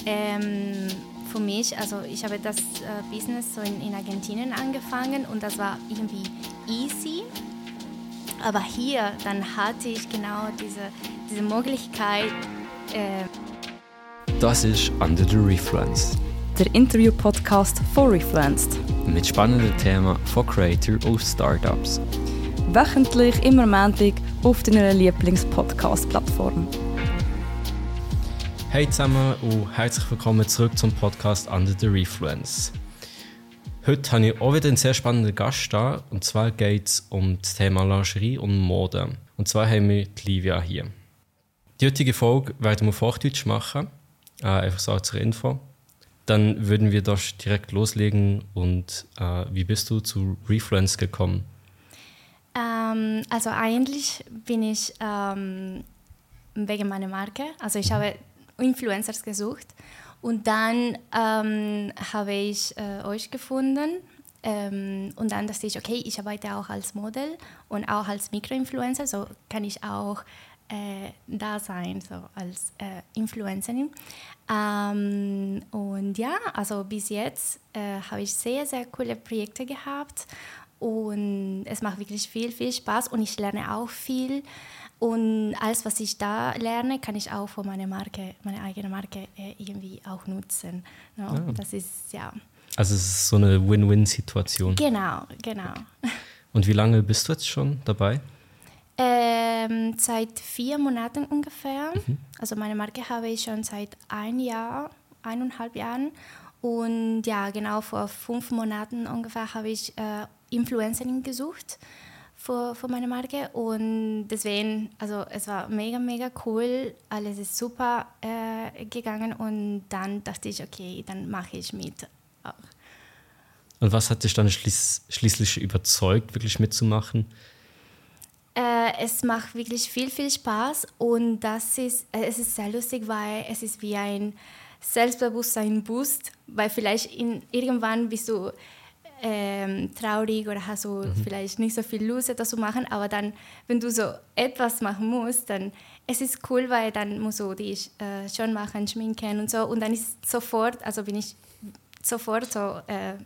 für mich, also ich habe das Business so in Argentinien angefangen und das war irgendwie easy. Aber hier, dann hatte ich genau diese Möglichkeit. Das ist Under the Refluence. Der Interview-Podcast von Refluenced. Mit spannenden Themen von Creator und Startups. Wöchentlich immer Montag auf deiner Lieblings-Podcast-Plattform. Hey zusammen und herzlich willkommen zurück zum Podcast Under the Refluence. Heute habe ich auch wieder einen sehr spannenden Gast da. Und zwar geht es um das Thema Lingerie und Mode. Und zwar haben wir die Livia hier. Die heutige Folge werden wir auf Hochdeutsch machen. Einfach so zur Info. Dann würden wir das direkt loslegen. Und wie bist du zu Refluence gekommen? Also eigentlich bin ich wegen meiner Marke. Also ich habe Influencers gesucht. Und dann habe ich euch gefunden und dann dachte ich, okay, ich arbeite auch als Model und auch als Mikroinfluencer, so kann ich auch da sein, so als Influencerin. Und ja, also bis jetzt habe ich sehr, sehr coole Projekte gehabt und es macht wirklich viel, viel Spaß und ich lerne auch viel. Und alles, was ich da lerne, kann ich auch für meine eigene Marke irgendwie auch nutzen. No? Ja. Das ist, ja. Also es ist so eine Win-Win-Situation. Genau. Und wie lange bist du jetzt schon dabei? Seit 4 Monaten ungefähr. Also meine Marke habe ich schon seit 1,5 Jahren. Und ja, genau vor 5 Monaten ungefähr habe ich Influencerin gesucht für meine Marke und deswegen, also es war mega, mega cool, alles ist super gegangen und dann dachte ich, okay, dann mache ich mit auch. Und was hat dich dann schließlich überzeugt, wirklich mitzumachen? Es macht wirklich viel, viel Spaß und es ist sehr lustig, weil es ist wie ein Selbstbewusstsein-Boost, weil vielleicht irgendwann bist du traurig oder hast du vielleicht nicht so viel Lust, etwas zu machen, aber dann, wenn du so etwas machen musst, dann es ist cool, weil dann musst du dich schon machen, schminken und so und dann ist sofort, also bin ich sofort so,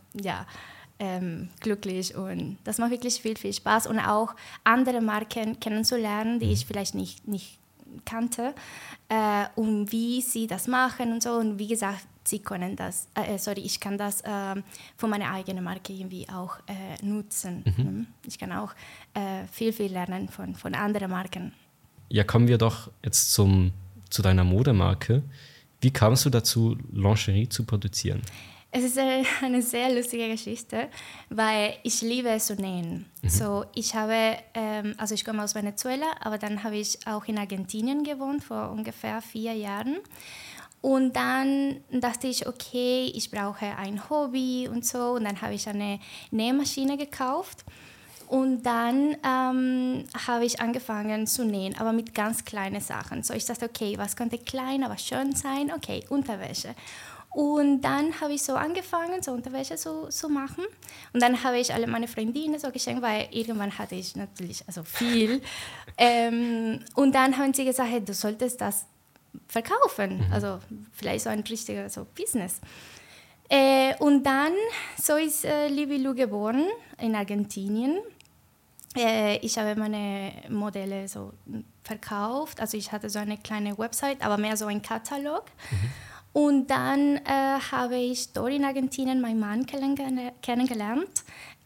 glücklich und das macht wirklich viel, viel Spaß und auch andere Marken kennenzulernen, die ich vielleicht nicht kannte und wie sie das machen und so und wie gesagt, sie können das, ich kann das für meine eigene Marke irgendwie auch nutzen. Ich kann auch viel, viel lernen von anderen Marken. Ja, kommen wir doch jetzt zu deiner Modemarke. Wie kamst du dazu, Lingerie zu produzieren? Es ist eine sehr lustige Geschichte, weil ich liebe es zu nähen. So, ich komme aus Venezuela, aber dann habe ich auch in Argentinien gewohnt, vor ungefähr 4 Jahren. Und dann dachte ich, okay, ich brauche ein Hobby und so. Und dann habe ich eine Nähmaschine gekauft. Und dann habe ich angefangen zu nähen, aber mit ganz kleinen Sachen. So, ich dachte, okay, was könnte klein, aber schön sein? Okay, Unterwäsche. Und dann habe ich so angefangen, so Unterwäsche zu machen. Und dann habe ich alle meine Freundinnen so geschenkt, weil irgendwann hatte ich natürlich viel. Und dann haben sie gesagt, hey, du solltest das verkaufen. Also vielleicht so ein richtiger Business. Und dann so ist Livy Lu geboren in Argentinien. Ich habe meine Modelle so verkauft. Also ich hatte so eine kleine Website, aber mehr so ein Katalog. Und dann habe ich dort in Argentinien meinen Mann kennengelernt.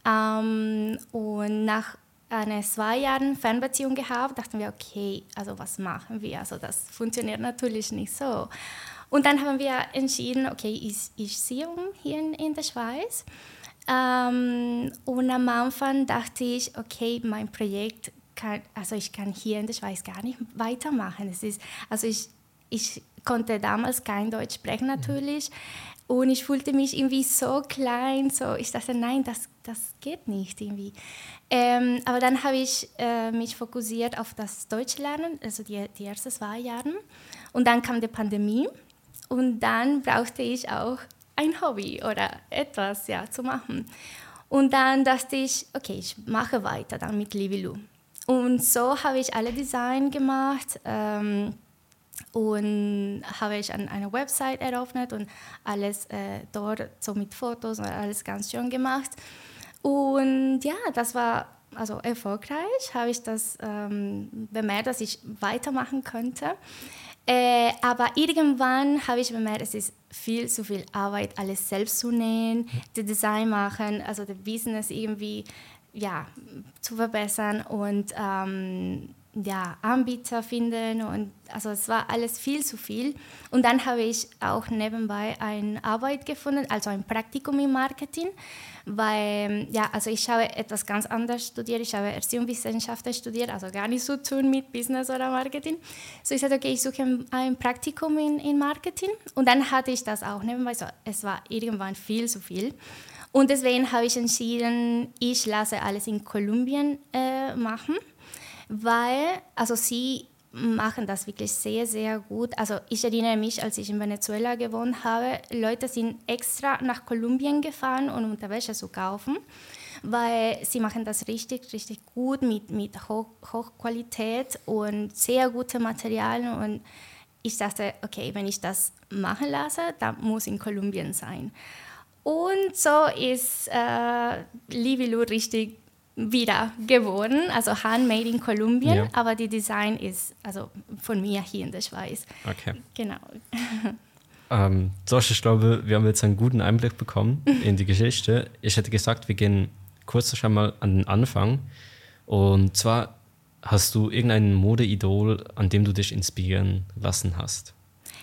Und nach einer 2 Jahren Fernbeziehung gehabt, dachten wir, okay, also was machen wir? Also das funktioniert natürlich nicht so. Und dann haben wir entschieden, okay, ich ziehe hier in der Schweiz. Und am Anfang dachte ich, okay, mein Projekt ich kann hier in der Schweiz gar nicht weitermachen. Ich konnte damals kein Deutsch sprechen natürlich und ich fühlte mich irgendwie so klein, so ich dachte, nein, das geht nicht irgendwie. Aber dann habe ich mich fokussiert auf das Deutschlernen, also die ersten 2 Jahre und dann kam die Pandemie und dann brauchte ich auch ein Hobby oder etwas zu machen. Und dann dachte ich, okay, ich mache weiter dann mit Livy Lu. Und so habe ich alle Design gemacht Und habe ich eine Website eröffnet und alles dort so mit Fotos und alles ganz schön gemacht. Und ja, das war also erfolgreich, habe ich das bemerkt, dass ich weitermachen könnte. Aber irgendwann habe ich bemerkt, es ist viel zu viel Arbeit, alles selbst zu nähen, das Design machen, also das Business irgendwie zu verbessern und Anbieter finden. Und also es war alles viel zu viel. Und dann habe ich auch nebenbei eine Arbeit gefunden, also ein Praktikum im Marketing, weil also ich habe etwas ganz anderes studiert. Ich habe Erziehungswissenschaften studiert, also gar nichts zu tun mit Business oder Marketing. So ich sagte, okay, ich suche ein Praktikum in Marketing. Und dann hatte ich das auch nebenbei. So, es war irgendwann viel zu viel. Und deswegen habe ich entschieden, ich lasse alles in Kolumbien machen, weil also sie machen das wirklich sehr, sehr gut. Also ich erinnere mich, als ich in Venezuela gewohnt habe, Leute sind extra nach Kolumbien gefahren, um Unterwäsche zu kaufen, weil sie machen das richtig, richtig gut mit Hochqualität und sehr gute Materialien. Und ich dachte, okay, wenn ich das machen lasse, dann muss in Kolumbien sein. Und so ist Livilu richtig wieder geworden, also handmade in Kolumbien, aber die Design ist also von mir hier in der Schweiz. Okay. Genau. Ich glaube, wir haben jetzt einen guten Einblick bekommen in die Geschichte. Ich hätte gesagt, wir gehen kurz schon mal an den Anfang. Und zwar, hast du irgendein Modeidol, an dem du dich inspirieren lassen hast?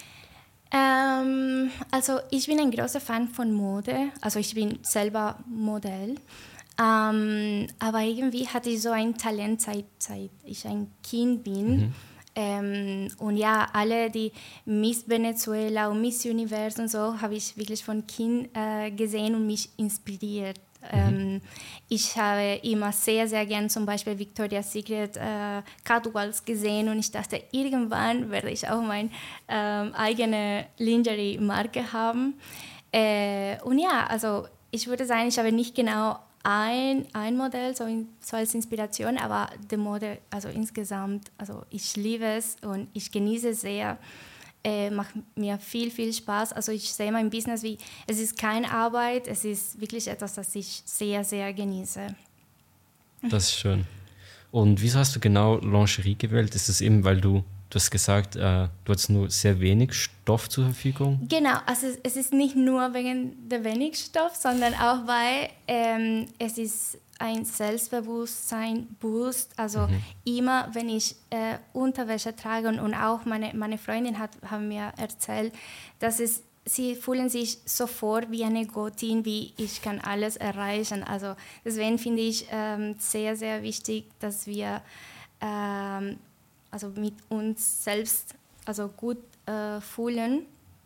Also ich bin ein großer Fan von Mode, also ich bin selber Modell, aber irgendwie hatte ich so ein Talent, seit ich ein Kind bin. Und ja, alle die Miss Venezuela und Miss Universe und so habe ich wirklich von Kind gesehen und mich inspiriert. Ich habe immer sehr, sehr gern zum Beispiel Victoria's Secret Catwalks gesehen und ich dachte, irgendwann werde ich auch meine eigene Lingerie-Marke haben. Und ja, also ich würde sagen, ich habe nicht genau ein Modell so als Inspiration, aber die Mode, also insgesamt, also ich liebe es und ich genieße es sehr. Macht mir viel, viel Spaß. Also ich sehe mein Business wie, es ist keine Arbeit, es ist wirklich etwas, das ich sehr, sehr genieße. Das ist schön. Und wieso hast du genau Lingerie gewählt? Ist es eben, weil du hast gesagt, du hast nur sehr wenig Stoff zur Verfügung? Genau, also es ist nicht nur wegen der wenig Stoff, sondern auch, weil es ist ein Selbstbewusstsein-Boost. Also immer, wenn ich Unterwäsche trage und auch meine Freundin haben mir erzählt, dass sie fühlen sich sofort wie eine Göttin, wie ich kann alles erreichen. Also deswegen finde ich sehr, sehr wichtig, dass wir also mit uns selbst also gut fühlen.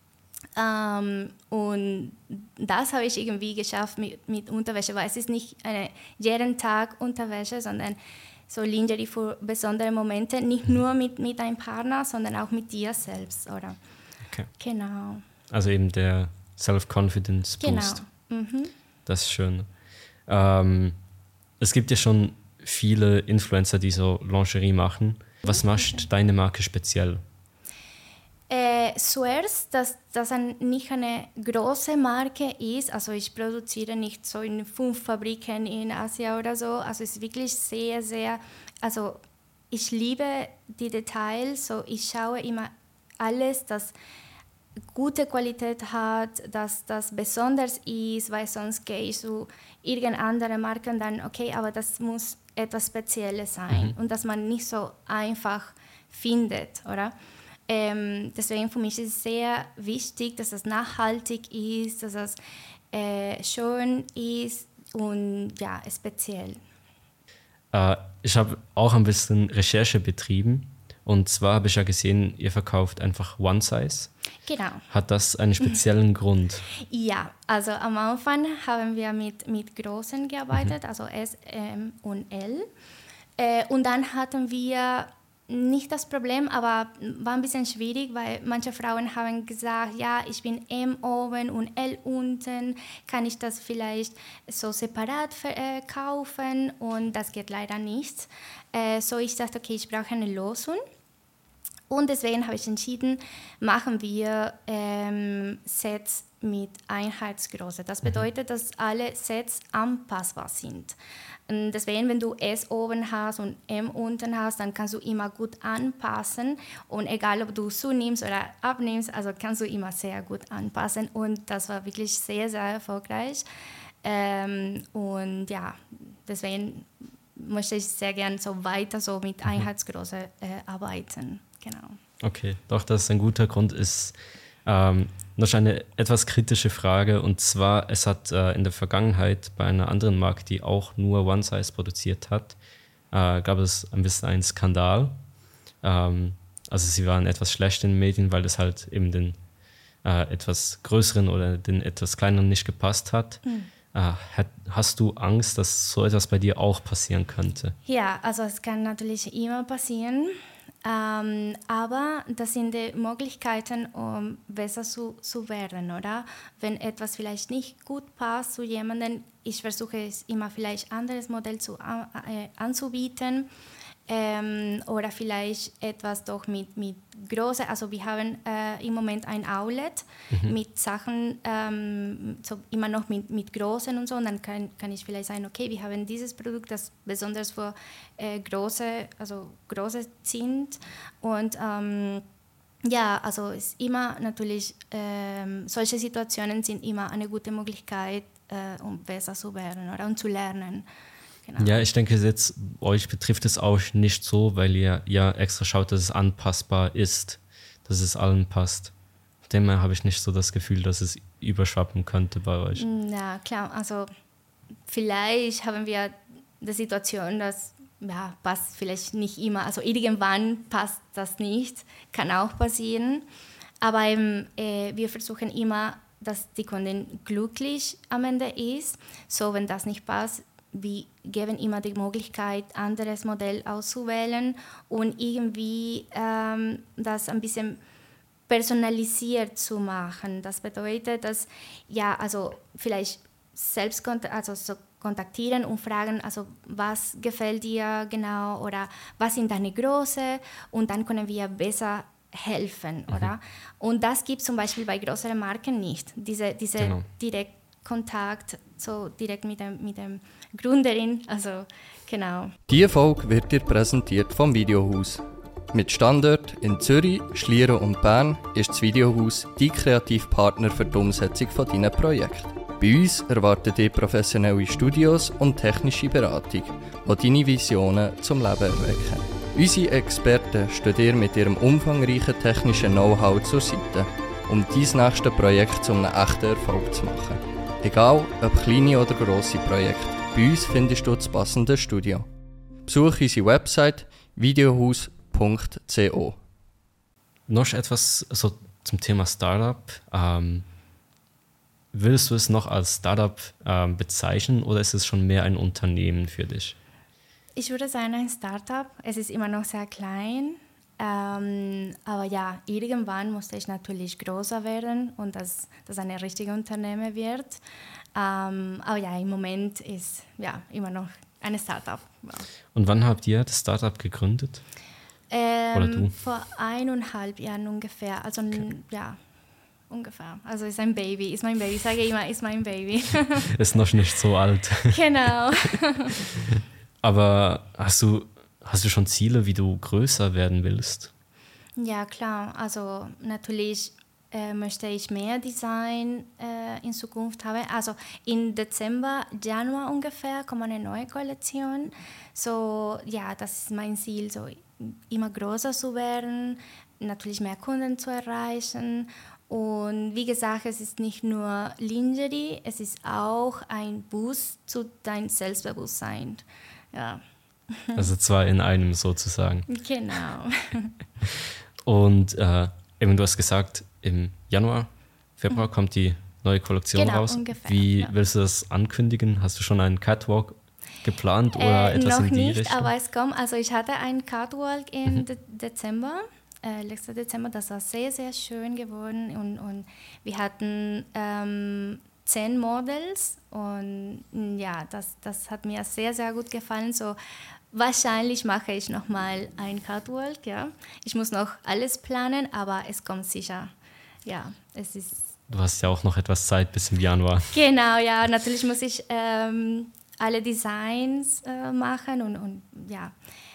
Und das habe ich irgendwie geschafft mit Unterwäsche, weil es ist nicht jeden Tag Unterwäsche, sondern so Lingerie für besondere Momente, nicht nur mit einem Partner, sondern auch mit dir selbst, oder? Okay. Genau. Also eben der Self-Confidence-Boost. Genau. Das ist schön. Es gibt ja schon viele Influencer, die so Lingerie machen. Was macht deine Marke speziell? Zuerst, dass das nicht eine große Marke ist. Also ich produziere nicht so in 5 Fabriken in Asien oder so. Also es ist wirklich sehr, sehr, also ich liebe die Details. So ich schaue immer alles, das gute Qualität hat, dass das besonders ist, weil sonst gehe ich zu irgendeiner anderen Marke und dann, okay, aber das muss etwas Spezielles sein und dass man nicht so einfach findet, oder? Deswegen für mich ist es sehr wichtig, dass es nachhaltig ist, dass es schön ist und ja, speziell. Ich habe auch ein bisschen Recherche betrieben und zwar habe ich ja gesehen, ihr verkauft einfach One Size. Genau. Hat das einen speziellen Grund? Ja, also am Anfang haben wir mit Großen gearbeitet, also S, M und L. Und dann hatten wir nicht das Problem, aber war ein bisschen schwierig, weil manche Frauen haben gesagt, ja, ich bin M oben und L unten, kann ich das vielleicht so separat kaufen? Und das geht leider nicht. So ich dachte, okay, ich brauche eine Lösung. Und deswegen habe ich entschieden, machen wir Sets mit Einheitsgröße. Das bedeutet, dass alle Sets anpassbar sind. Und deswegen, wenn du S oben hast und M unten hast, dann kannst du immer gut anpassen. Und egal, ob du zunimmst oder abnimmst, also kannst du immer sehr gut anpassen. Und das war wirklich sehr, sehr erfolgreich. Und ja, deswegen möchte ich sehr gerne so weiter so mit Einheitsgröße arbeiten. Genau. Okay, doch, das ist ein guter Grund. Ist noch eine etwas kritische Frage, und zwar, es hat in der Vergangenheit bei einer anderen Marke, die auch nur One Size produziert hat, gab es ein bisschen einen Skandal. Also sie waren etwas schlecht in den Medien, weil das halt eben den etwas größeren oder den etwas kleineren nicht gepasst hat. Hast du Angst, dass so etwas bei dir auch passieren könnte? Ja, also es kann natürlich immer passieren. Aber das sind die Möglichkeiten, um besser zu werden, oder? Wenn etwas vielleicht nicht gut passt zu jemandem, ich versuche es immer vielleicht ein anderes Modell anzubieten oder vielleicht etwas doch mit Größe. Also wir haben im Moment ein Outlet mit Sachen, so immer noch mit Größen und so. Und dann kann ich vielleicht sagen, okay, wir haben dieses Produkt, das besonders für Große sind. Und ja, also ist immer natürlich, solche Situationen sind immer eine gute Möglichkeit, um besser zu werden oder um zu lernen. Genau. Ja, ich denke, jetzt euch betrifft es auch nicht so, weil ihr ja extra schaut, dass es anpassbar ist, dass es allen passt. Demnach habe ich nicht so das Gefühl, dass es überschwappen könnte bei euch. Ja, klar. Also vielleicht haben wir die Situation, dass passt vielleicht nicht immer. Also irgendwann passt das nicht, kann auch passieren. Aber wir versuchen immer, dass die Kundin glücklich am Ende ist. So, wenn das nicht passt, wir geben immer die Möglichkeit, ein anderes Modell auszuwählen und irgendwie das ein bisschen personalisiert zu machen. Das bedeutet, dass also vielleicht selbst kontaktieren und fragen, also was gefällt dir genau oder was sind deine Größe, und dann können wir besser helfen, oder? Und das gibt es zum Beispiel bei größeren Marken nicht. Diese Genau. Direktkontakt, so direkt mit dem Gründerin, also genau. Diese Folge wird dir präsentiert vom Videohaus. Mit Standort in Zürich, Schlieren und Bern ist das Videohaus dein Kreativpartner für die Umsetzung von deinen Projekten. Bei uns erwarten dich professionelle Studios und technische Beratung, die deine Visionen zum Leben erwecken. Unsere Experten stehen dir mit ihrem umfangreichen technischen Know-how zur Seite, um dein nächstes Projekt zu einem echten Erfolg zu machen. Egal ob kleine oder grosse Projekte, bei uns findest du das passende Studio. Besuche unsere Website videohaus.co. Noch etwas so zum Thema Startup. Würdest du es noch als Startup bezeichnen, oder ist es schon mehr ein Unternehmen für dich? Ich würde sagen, ein Startup. Es ist immer noch sehr klein. Aber ja, irgendwann musste ich natürlich größer werden und dass das ein richtiges Unternehmen wird. Aber ja, im Moment ist immer noch ein Startup. Ja. Und wann habt ihr das Startup gegründet? Oder du? Vor 1,5 Jahren ungefähr. Also ja, ungefähr. Also ist ein Baby, ist mein Baby. Ich sage immer, ist mein Baby. Ist noch nicht so alt. Genau. Aber hast du schon Ziele, wie du größer werden willst? Ja, klar. Also natürlich möchte ich mehr Design in Zukunft haben. Also im Dezember, Januar ungefähr kommt eine neue Kollektion. So, ja, das ist mein Ziel, so immer größer zu werden, natürlich mehr Kunden zu erreichen. Und wie gesagt, es ist nicht nur Lingerie, es ist auch ein Boost zu deinem Selbstbewusstsein. Ja. Also 2 in einem sozusagen. Genau. Und eben, du hast gesagt, im Januar, Februar kommt die neue Kollektion raus. Ungefähr, Wie willst du das ankündigen? Hast du schon einen Catwalk geplant oder etwas noch in die nicht, Richtung? aber es kommt. Also ich hatte einen Catwalk im Dezember, letzten Dezember. Das war sehr, sehr schön geworden und wir hatten 10 Models und ja, das hat mir sehr, sehr gut gefallen. So wahrscheinlich mache ich nochmal ein Catwalk, ja. Ich muss noch alles planen, aber es kommt sicher. Ja, es ist... Du hast ja auch noch etwas Zeit bis im Januar. Genau, ja, natürlich muss ich alle Designs machen und ja.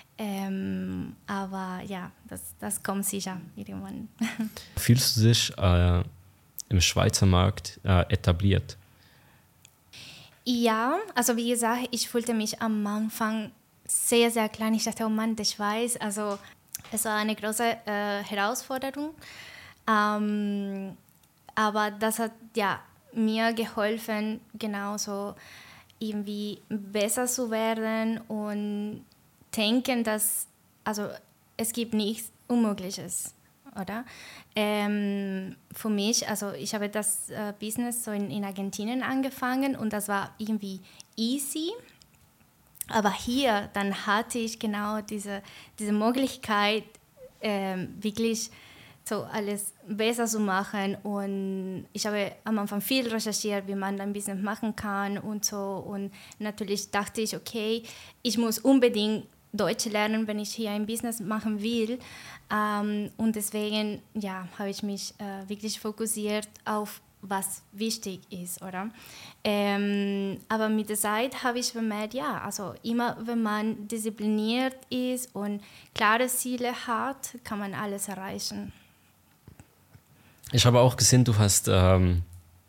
Aber ja, das kommt sicher irgendwann. Fühlst du dich im Schweizer Markt etabliert? Ja, also wie gesagt, ich fühlte mich am Anfang sehr, sehr klein. Ich dachte, oh Mann, die Schweiz, also es war eine große Herausforderung. Aber das hat ja mir geholfen, genauso irgendwie besser zu werden und denken, dass also es gibt nichts Unmögliches, oder? Für mich, also ich habe das Business so in Argentinien angefangen und das war irgendwie easy. Aber hier, dann hatte ich genau diese Möglichkeit, wirklich so alles besser zu machen. Und ich habe am Anfang viel recherchiert, wie man ein Business machen kann und so. Und natürlich dachte ich, okay, ich muss unbedingt Deutsch lernen, wenn ich hier ein Business machen will. Und deswegen ja, habe ich mich wirklich fokussiert auf was wichtig ist, oder? Aber mit der Zeit habe ich bemerkt, ja, also immer wenn man diszipliniert ist und klare Ziele hat, kann man alles erreichen. Ich habe auch gesehen, du hast in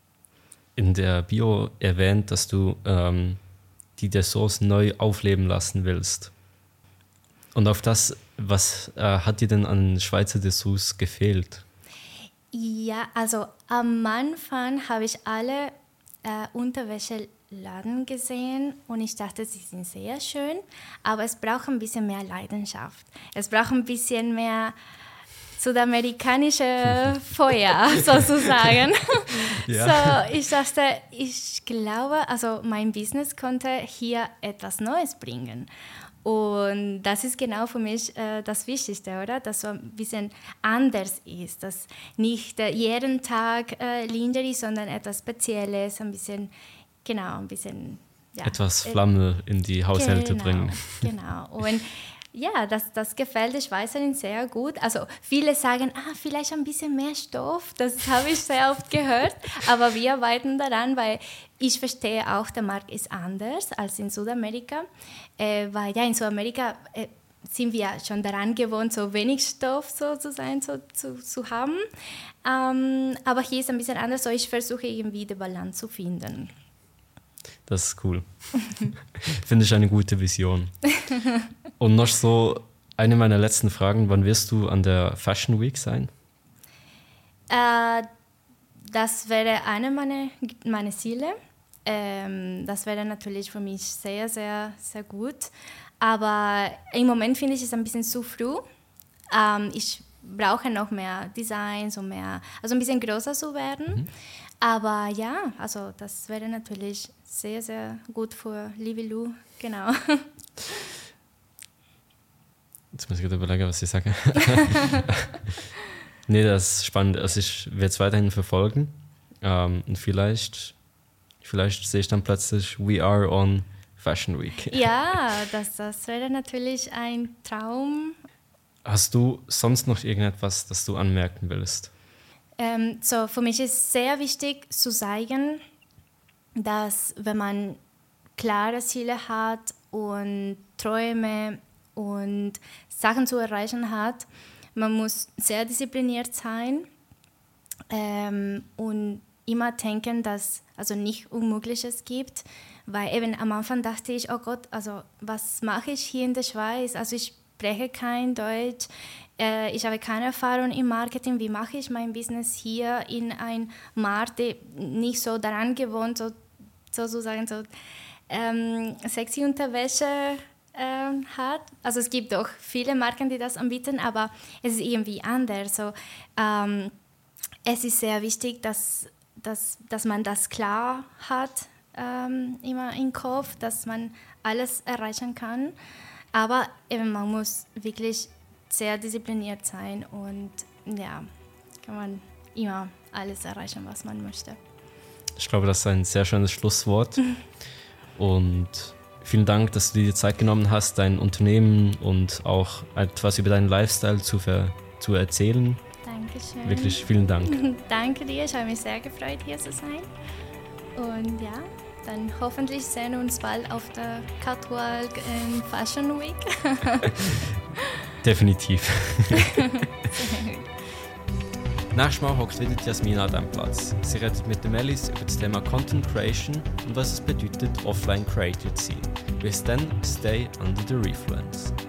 der Bio erwähnt, dass du die Dessous neu aufleben lassen willst. Und auf das, was hat dir denn an Schweizer Dessous gefehlt? Ja, also am Anfang habe ich alle Unterwäscheladen gesehen und ich dachte, sie sind sehr schön, aber es braucht ein bisschen mehr Leidenschaft. Es braucht ein bisschen mehr südamerikanische Feuer, sozusagen. Ja. So, ich dachte, ich glaube, also mein Business konnte hier etwas Neues bringen. Und das ist genau für mich das Wichtigste, oder? Dass so ein bisschen anders ist, dass nicht jeden Tag Lingerie, sondern etwas Spezielles, ein bisschen, ja. Etwas Flamme in die Haushalte bringen. Genau, und ja, das gefällt der Schweizerin sehr gut. Also viele sagen, vielleicht ein bisschen mehr Stoff, das habe ich sehr oft gehört, aber wir arbeiten daran, weil ich verstehe auch, der Markt ist anders als in Südamerika, weil ja in Südamerika sind wir schon daran gewohnt, so wenig Stoff so zu sein, zu haben, aber hier ist ein bisschen anders, so ich versuche irgendwie die Balance zu finden. Das ist cool. Finde ich eine gute Vision. Und noch so eine meiner letzten Fragen. Wann wirst du an der Fashion Week sein? Das wäre eine meiner Ziele. Das wäre natürlich für mich sehr, sehr, sehr gut. Aber im Moment finde ich es ein bisschen zu früh. Ich brauche noch mehr Designs und mehr, also ein bisschen größer zu werden. Mhm. Aber ja, also das wäre natürlich sehr, sehr gut für Livy Lou, genau. Jetzt muss ich gerade überlegen, was ich sage. Nee, das ist spannend. Also ich werde es weiterhin verfolgen. Und vielleicht sehe ich dann plötzlich We Are on Fashion Week. Ja, das wäre natürlich ein Traum. Hast du sonst noch irgendetwas, das du anmerken willst? So, für mich ist sehr wichtig zu zeigen, dass wenn man klare Ziele hat und Träume und Sachen zu erreichen hat, man muss sehr diszipliniert sein und immer denken, dass also nicht Unmögliches gibt, weil eben am Anfang dachte ich, oh Gott, also was mache ich hier in der Schweiz? Also ich spreche kein Deutsch, ich habe keine Erfahrung im Marketing, wie mache ich mein Business hier in einem Markt, der nicht so daran gewohnt, sozusagen so sexy Unterwäsche hat. Also es gibt auch viele Marken, die das anbieten, aber es ist irgendwie anders. So, es ist sehr wichtig, dass man das klar hat, immer im Kopf, dass man alles erreichen kann. Aber eben, man muss wirklich sehr diszipliniert sein und ja, kann man immer alles erreichen, was man möchte. Ich glaube, das ist ein sehr schönes Schlusswort. Und vielen Dank, dass du dir die Zeit genommen hast, dein Unternehmen und auch etwas über deinen Lifestyle zu erzählen. Dankeschön. Wirklich vielen Dank. Danke dir, ich habe mich sehr gefreut, hier zu sein. Und ja, dann hoffentlich sehen wir uns bald auf der Catwalk in Fashion Week. Definitiv. Nächstes Mal hockt wieder Jasmina an diesem Platz. Sie redet mit der Melis über das Thema Content Creation und was es bedeutet, offline Creator zu sein. Bis dann, stay under the Refluence.